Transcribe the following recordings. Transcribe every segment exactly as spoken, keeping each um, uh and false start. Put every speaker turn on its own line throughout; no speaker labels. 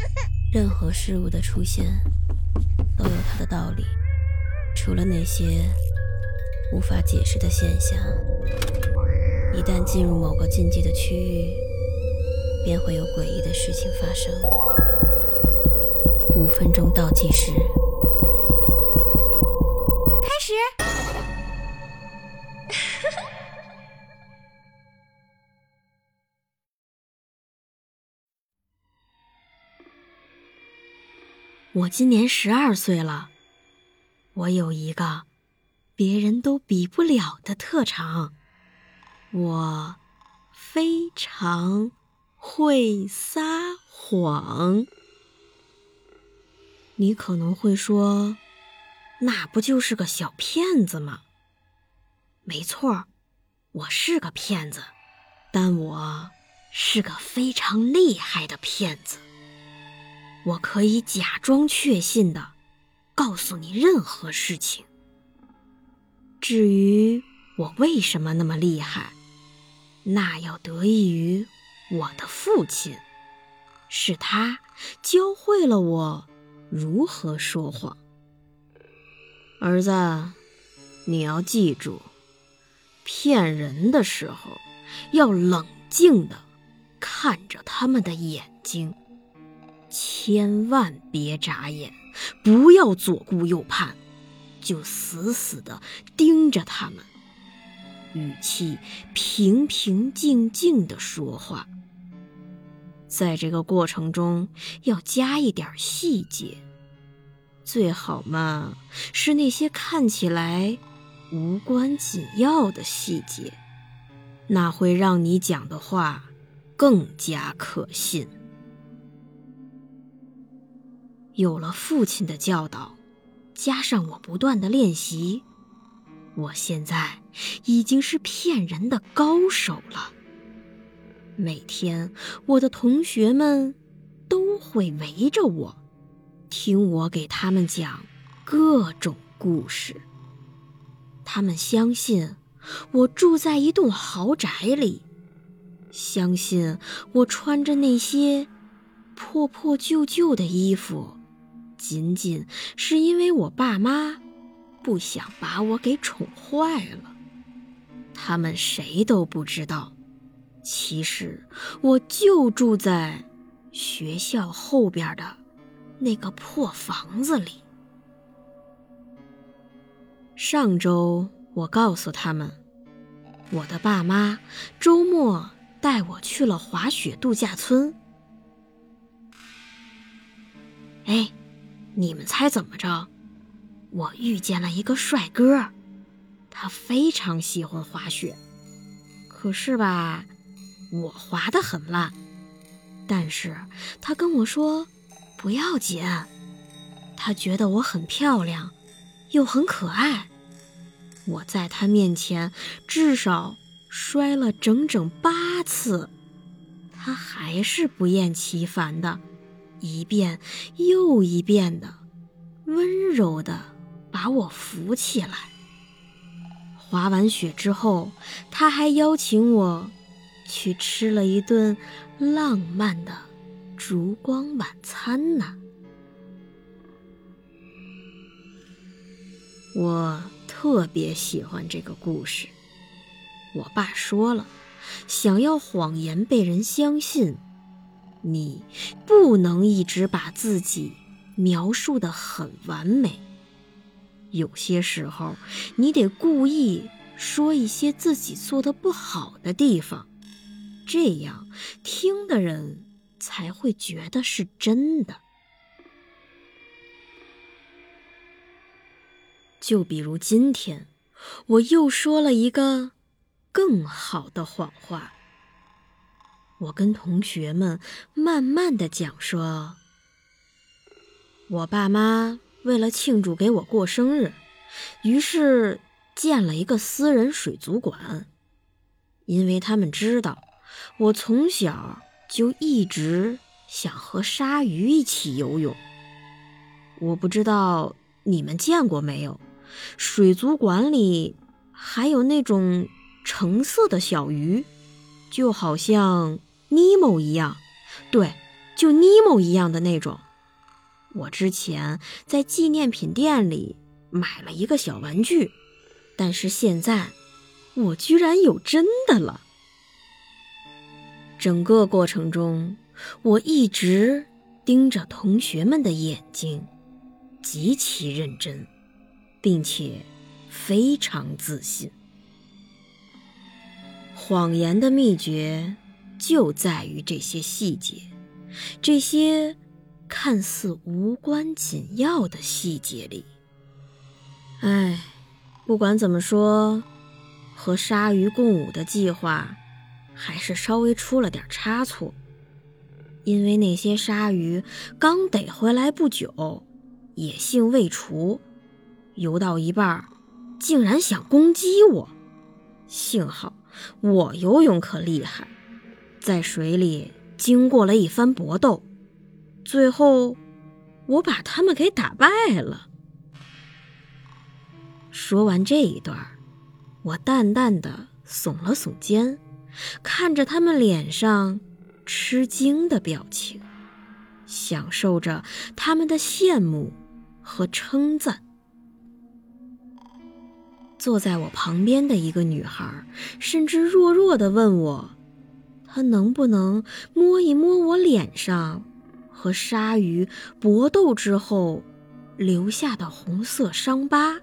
任何事物的出现都有它的道理，除了那些无法解释的现象，一旦进入某个禁忌的区域，便会有诡异的事情发生。五分钟倒计时，
开始。
我今年十二岁了，我有一个别人都比不了的特长，我非常会撒谎。你可能会说，那不就是个小骗子吗？没错，我是个骗子，但我是个非常厉害的骗子。我可以假装确信的告诉你任何事情。至于我为什么那么厉害，那要得益于我的父亲，是他教会了我如何说谎。儿子，你要记住，骗人的时候要冷静地看着他们的眼睛，千万别眨眼，不要左顾右盼，就死死地盯着他们，语气平平静静地说话。在这个过程中要加一点细节，最好嘛是那些看起来无关紧要的细节，那会让你讲的话更加可信。有了父亲的教导，加上我不断的练习，我现在已经是骗人的高手了。每天我的同学们都会围着我，听我给他们讲各种故事。他们相信我住在一栋豪宅里，相信我穿着那些破破旧旧的衣服，仅仅是因为我爸妈不想把我给宠坏了。他们谁都不知道，其实我就住在学校后边的那个破房子里。上周我告诉他们，我的爸妈周末带我去了滑雪度假村。哎，你们猜怎么着？我遇见了一个帅哥，他非常喜欢滑雪，可是吧，我滑得很烂。但是他跟我说不要紧，他觉得我很漂亮，又很可爱。我在他面前至少摔了整整八次，他还是不厌其烦的一遍又一遍的温柔的把我扶起来。滑完雪之后，他还邀请我去吃了一顿浪漫的烛光晚餐呢。我特别喜欢这个故事。我爸说了，想要谎言被人相信，你不能一直把自己描述得很完美，有些时候你得故意说一些自己做得不好的地方，这样听的人才会觉得是真的。就比如今天，我又说了一个更好的谎话。我跟同学们慢慢地讲说，我爸妈为了庆祝给我过生日，于是建了一个私人水族馆。因为他们知道我从小就一直想和鲨鱼一起游泳。我不知道你们见过没有，水族馆里还有那种橙色的小鱼，就好像尼莫一样，对， 就尼莫一样的那种。我之前在纪念品店里买了一个小玩具，但是现在我居然有真的了。整个过程中，我一直盯着同学们的眼睛，极其认真，并且非常自信。谎言的秘诀就在于这些细节，这些看似无关紧要的细节里。唉，不管怎么说，和鲨鱼共舞的计划还是稍微出了点差错。因为那些鲨鱼刚逮回来不久，野性未除，游到一半竟然想攻击我。幸好我游泳可厉害，在水里经过了一番搏斗，最后我把他们给打败了。说完这一段，我淡淡的耸了耸肩，看着他们脸上吃惊的表情，享受着他们的羡慕和称赞。坐在我旁边的一个女孩甚至弱弱地问我，她能不能摸一摸我脸上和鲨鱼搏斗之后留下的红色伤疤。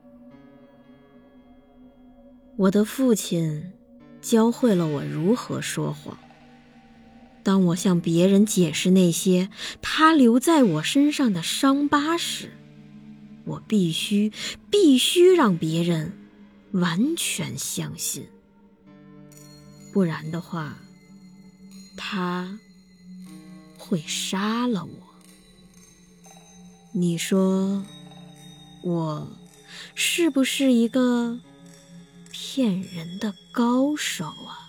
我的父亲教会了我如何说谎。当我向别人解释那些他留在我身上的伤疤时，我必须必须让别人完全相信，不然的话，他会杀了我。你说，我是不是一个骗人的高手啊？